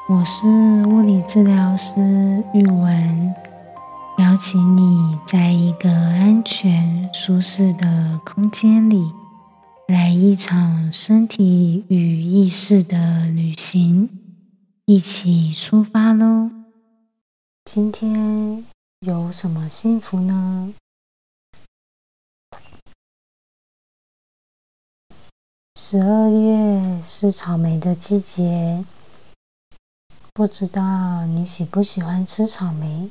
我是物理治疗师玉文，邀请你在一个安全、舒适的空间里，来一场身体与意识的旅行，一起出发咯！今天有什么幸福呢？12月是草莓的季节，不知道你喜不喜欢吃草莓？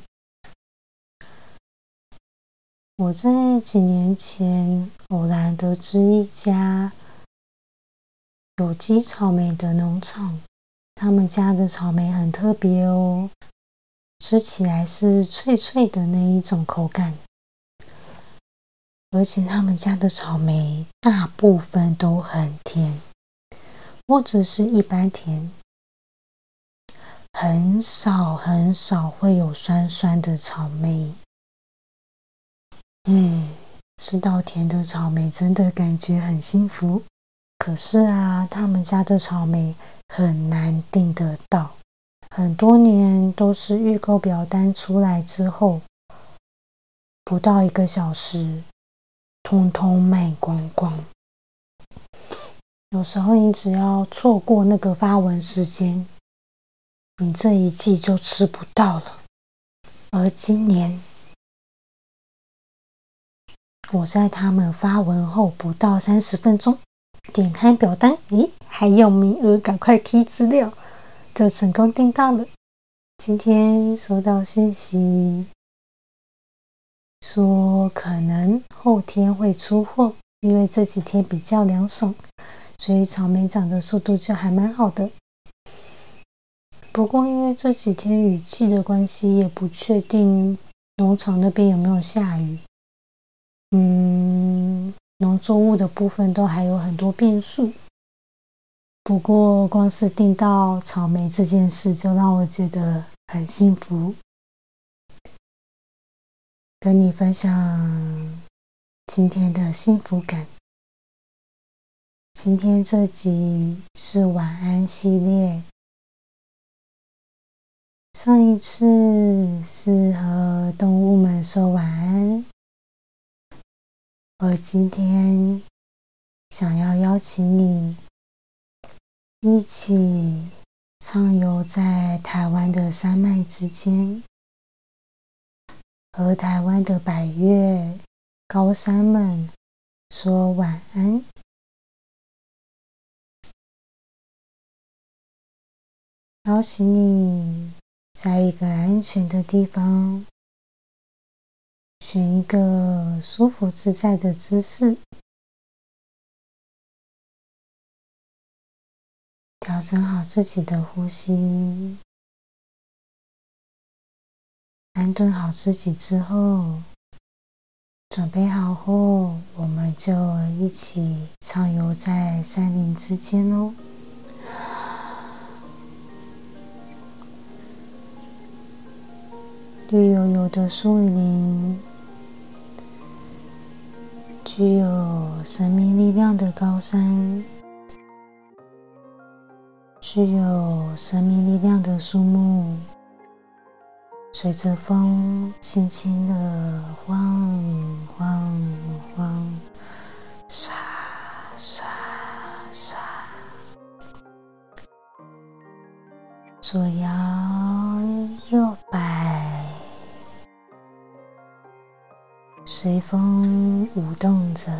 我在几年前偶然得知一家有机草莓的农场，他们家的草莓很特别哦，吃起来是脆脆的那一种口感，而且他们家的草莓大部分都很甜，或者是一般甜，很少会有酸酸的草莓。吃到甜的草莓真的感觉很幸福。可是啊，他们家的草莓很难订得到，很多年都是预购表单出来之后，不到1个小时，通通卖光光。有时候你只要错过那个发文时间，你这一季就吃不到了。而今年，我在他们发文后不到30分钟，点开表单，还有名额，赶快 key 资料，就成功订到了。今天收到讯息，说可能后天会出货，因为这几天比较凉爽，所以草莓长的速度就还蛮好的。不过因为这几天雨季的关系，也不确定农场那边有没有下雨。农作物的部分都还有很多变数。不过光是订到草莓这件事就让我觉得很幸福。跟你分享今天的幸福感。今天这集是晚安系列，上一次是和动物们说晚安，而今天想要邀请你一起畅游在台湾的山脉之间，和台湾的百岳高山们说晚安。邀请你在一个安全的地方，选一个舒服自在的姿势，调整好自己的呼吸，安顿好自己之后，准备好后，我们就一起畅游在山林之间哦。绿油油的树林，具有生命力量的高山，具有生命力量的树木，随着风轻轻地晃晃晃，沙沙沙，左摇右摆，随风舞动着。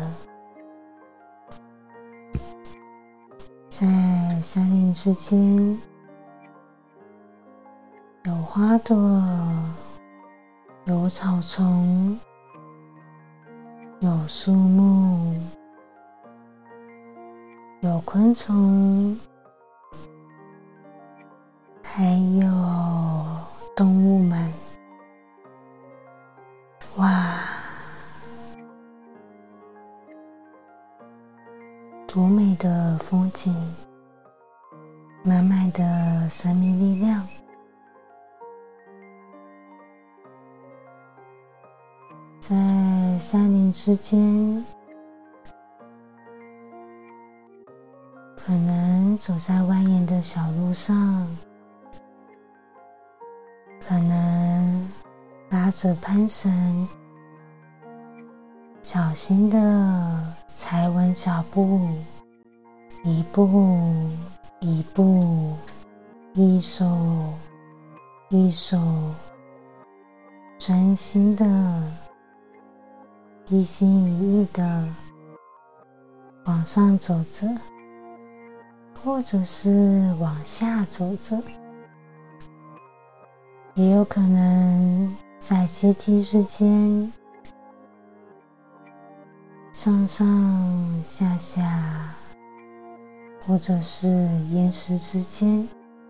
在山林之间，有花朵，有草丛，有树木，有昆虫，还有动物们。哇，多美的风景，满满的生命力量。在山林之间，可能走在蜿蜒的小路上， 可能拉着攀绳，小心的踩稳脚步，一步一步，一手一手，专心的，一心一意的往上走着，或者是往下走着，也有可能在阶梯之间上上下下，或者是岩石之间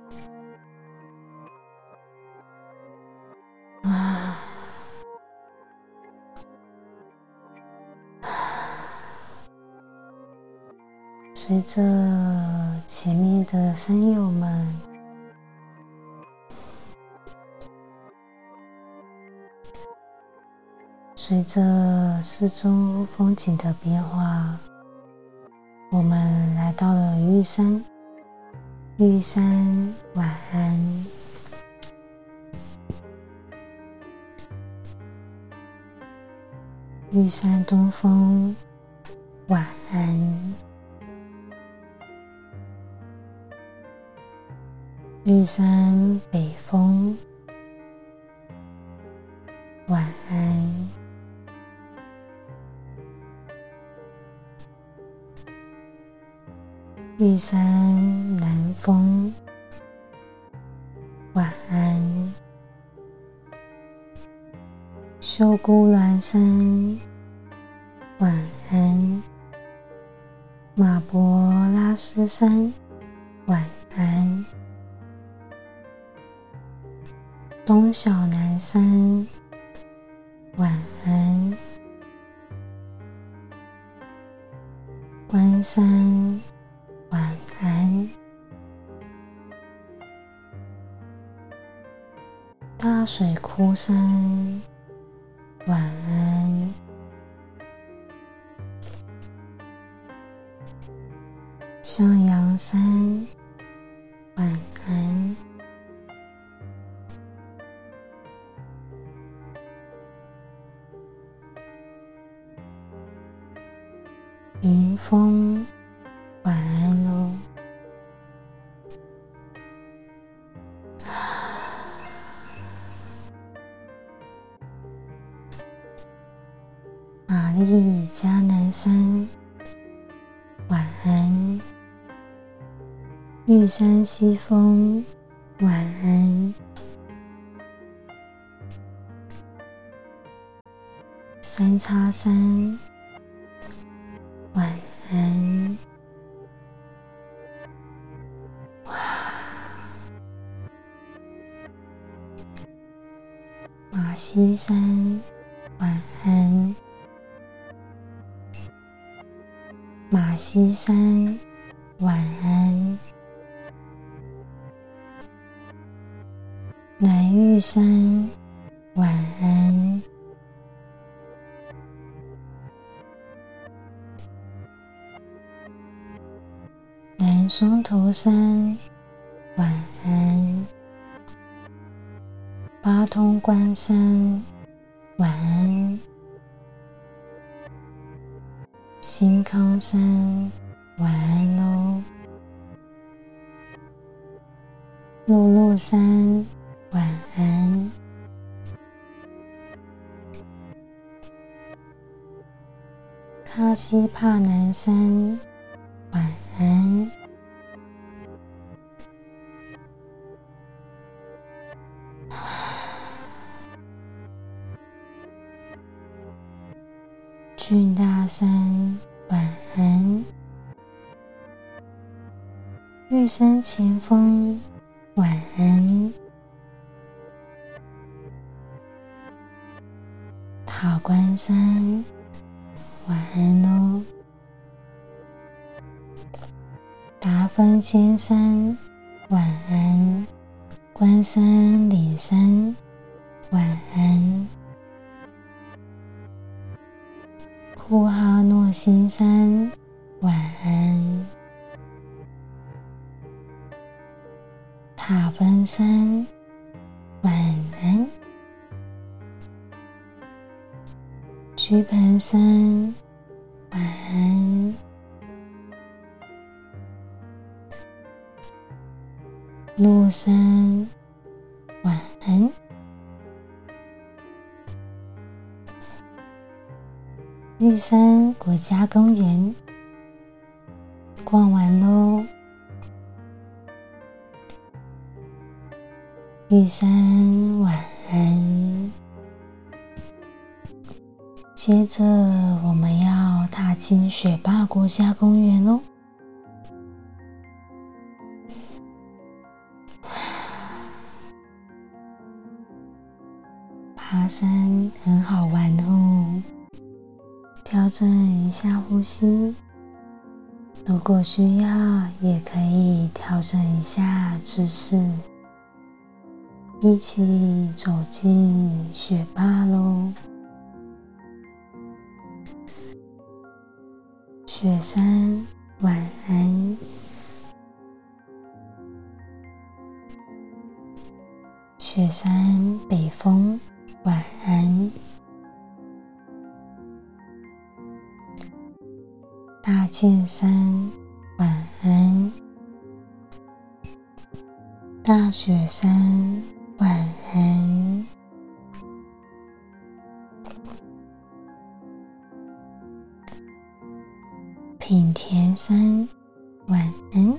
随着前面的山友们随着四周风景的变化，我们来到了玉山。玉山晚安。玉山东风晚安。玉山北风晚安。玉山南风晚安。秀姑峦山晚安。马博拉斯山晚安。东小南山晚安。关山晚安。大水窟山晚安。向阳山晚安。云峰晚安喽。玛丽嘉南山晚安。玉山西峰晚安。三叉山晚安。马溪山晚安。马溪山晚安。南玉山晚安。南松头山晚安。八通关山晚安。新康山晚安喽。鹿鹿山晚安。喀西帕南山晚安。郡大山晚安。玉山前锋晚安。塔关山晚安喽。达芬仙山晚安。关山里山晚安。库哈诺新山晚安。塔芬山晚巨盘山，晚安。鹿山，晚安。玉山国家公园逛完咯，玉山晚安。接着我们要踏进雪霸国家公园咯。爬山很好玩哦，调整一下呼吸，如果需要也可以调整一下姿势，一起走进雪霸咯。雪山晚安，雪山北峰晚安，大剑山晚安，大雪山晚安，品田山晚安，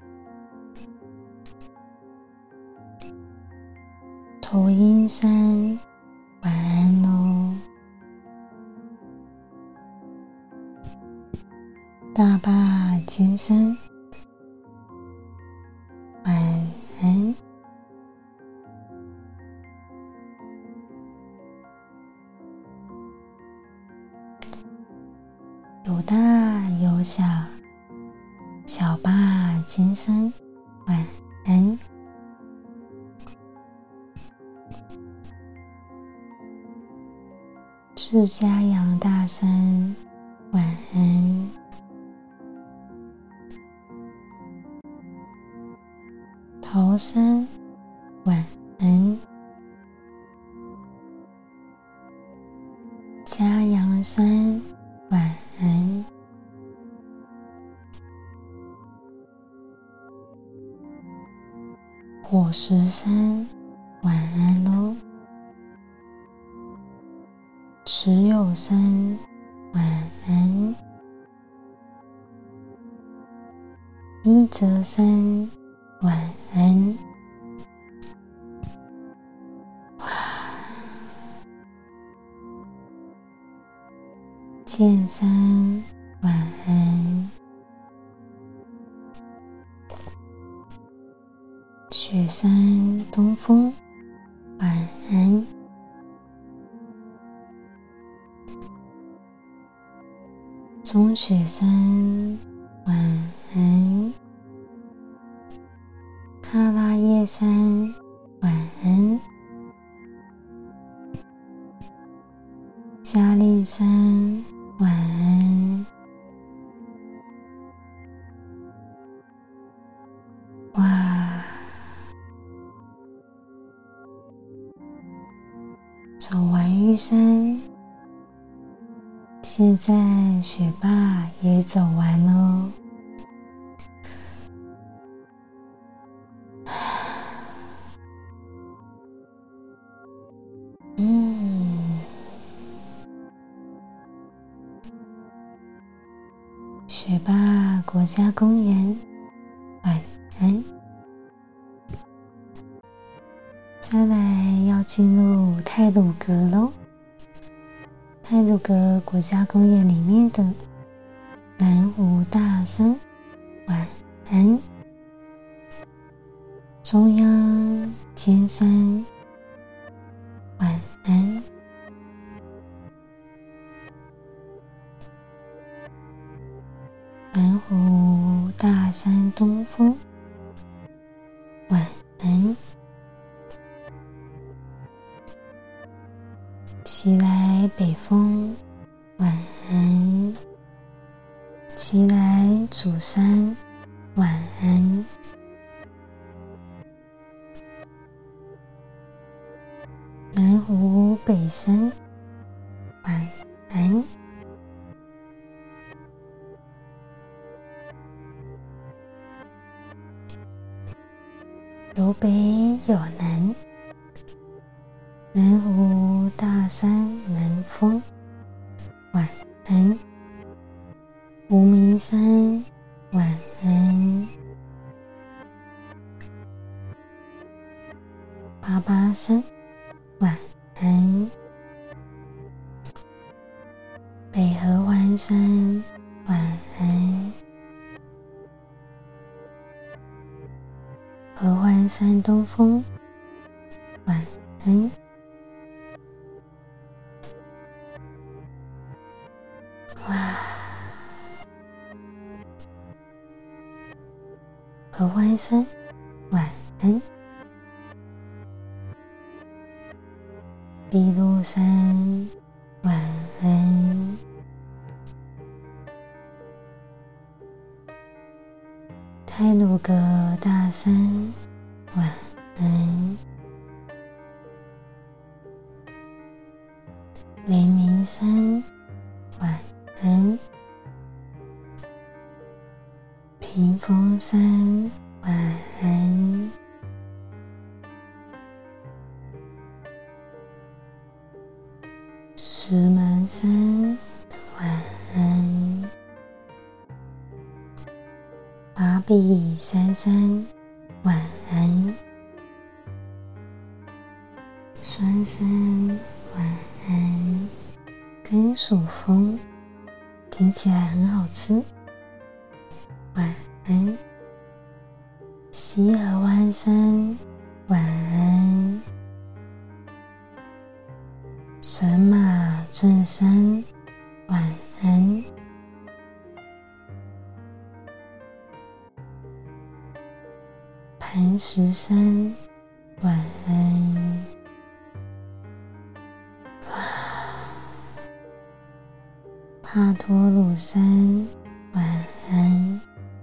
头鹰山晚安咯，大霸尖山晚安，有大有小，小霸尖山晚安，赤家阳大山晚安，桃山晚安，嘉阳山晚安，火石山晚安咯，持有山晚安，一泽山晚安，剑山晚安，雪山东峰晚安，中雪山晚安，喀拉叶山晚安，嘉陵山晚安，哇！走完玉山，现在雪霸也走完咯。雪霸国家公园晚安。再来要进入太鲁阁咯，太鲁阁国家公园里面的南湖大山晚安，中央尖山晚安，南湖大山东峰晚安，西来北峰晚安，西来主山晚安，南湖北山晚安， 有北有南，南湖大山南峰，晚安。无名山，晚安。八八山，晚安。北合欢山，晚安。合欢山东峰，晚安。哇！合欢山，晚安。碧露山，晚安。太鲁阁大山，晚安。雷鸣山，晚安。屏风山，晚安。石门山，晚安。阿比山山，晚安。双山，晚安。甘薯风，听起来很好吃，晚安。西合湾山，晚安。神马镇山，晚安。磐石山，晚安。帕托鲁山，晚安。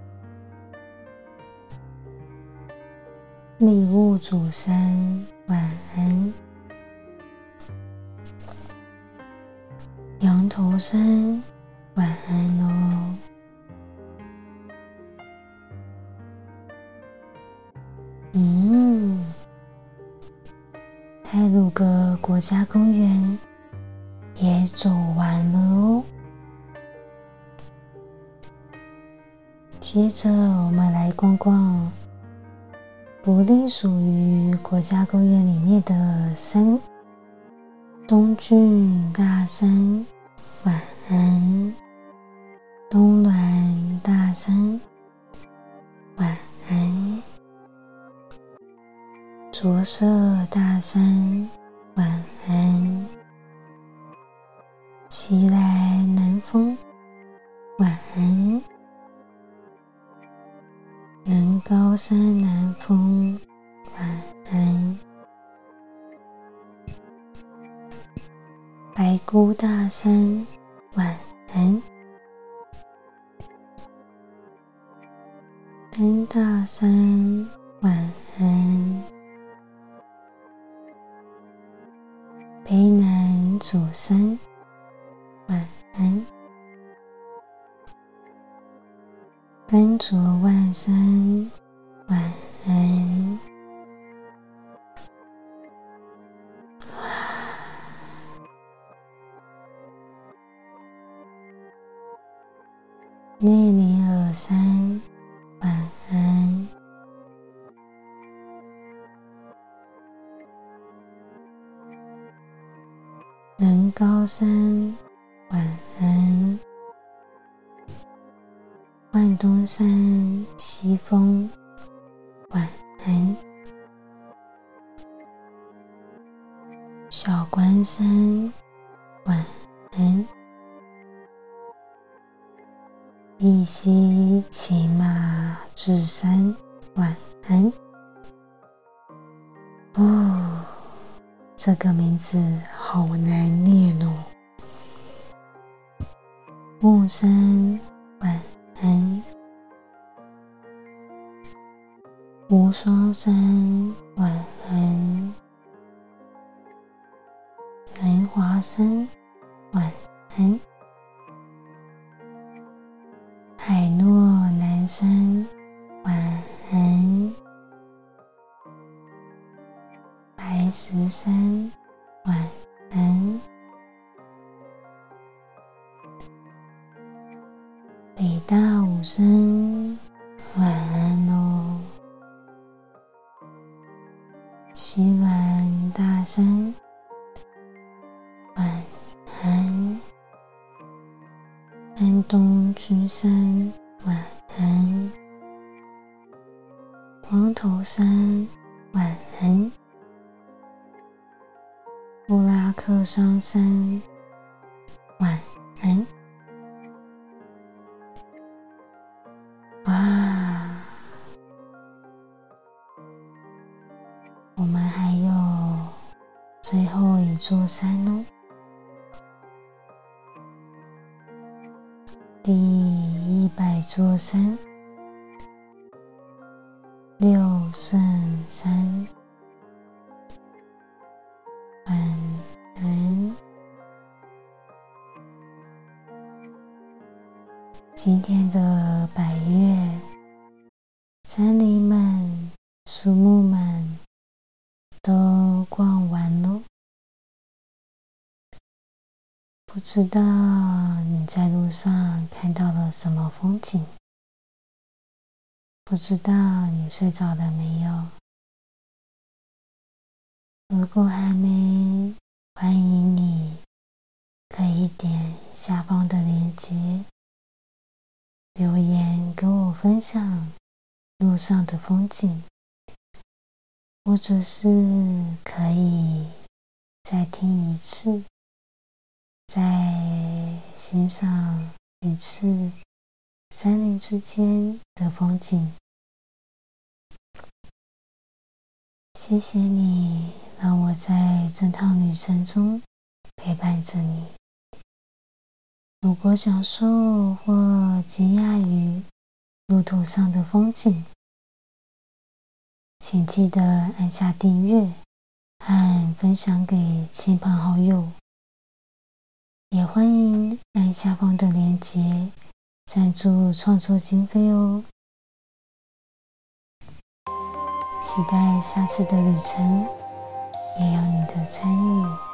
利物祖山，晚安。羊头山，晚安哦。太鲁阁国家公园也走完了哦。接着我们来逛逛不隶属于国家公园里面的山。东郡大山，晚安。东峦大山，晚安。着色大山，晚安。奇来南峰，晚安。能高山南峰，晚安。白姑大山，晚安。丹大山，晚安。卑南主山，晚安。甘卓万山，晚安。内林尔山，晚安。能高山，晚安。万东山西峰，晚安。小关山，晚安。一溪骑马至山，晚安。这个名字好难念哦。木山，晚安。无双山，晚安。南华山，晚安。海诺南山，晚安。 白石山晚安，北大武山晚安哦，西峦大山晚安，安东君山晚安，光头山晚安，布拉克双山晚安。哇，我们还有最后一座山哦，第100座山，六顺山晚安。今天的百岳，山林们、树木们都逛完咯。不知道你在路上看到了什么风景？不知道你睡着了没有？如果还没，欢迎你可以点下方的链接，留言跟我分享路上的风景，或者是可以再听一次，再欣赏一次山林之间的风景。谢谢你让我在这趟旅程中陪伴着你。如果享受或惊讶于路途上的风景，请记得按下订阅和分享给亲朋好友，也欢迎按下方的链接赞助创作经费哦。期待下次的旅程也有你的参与。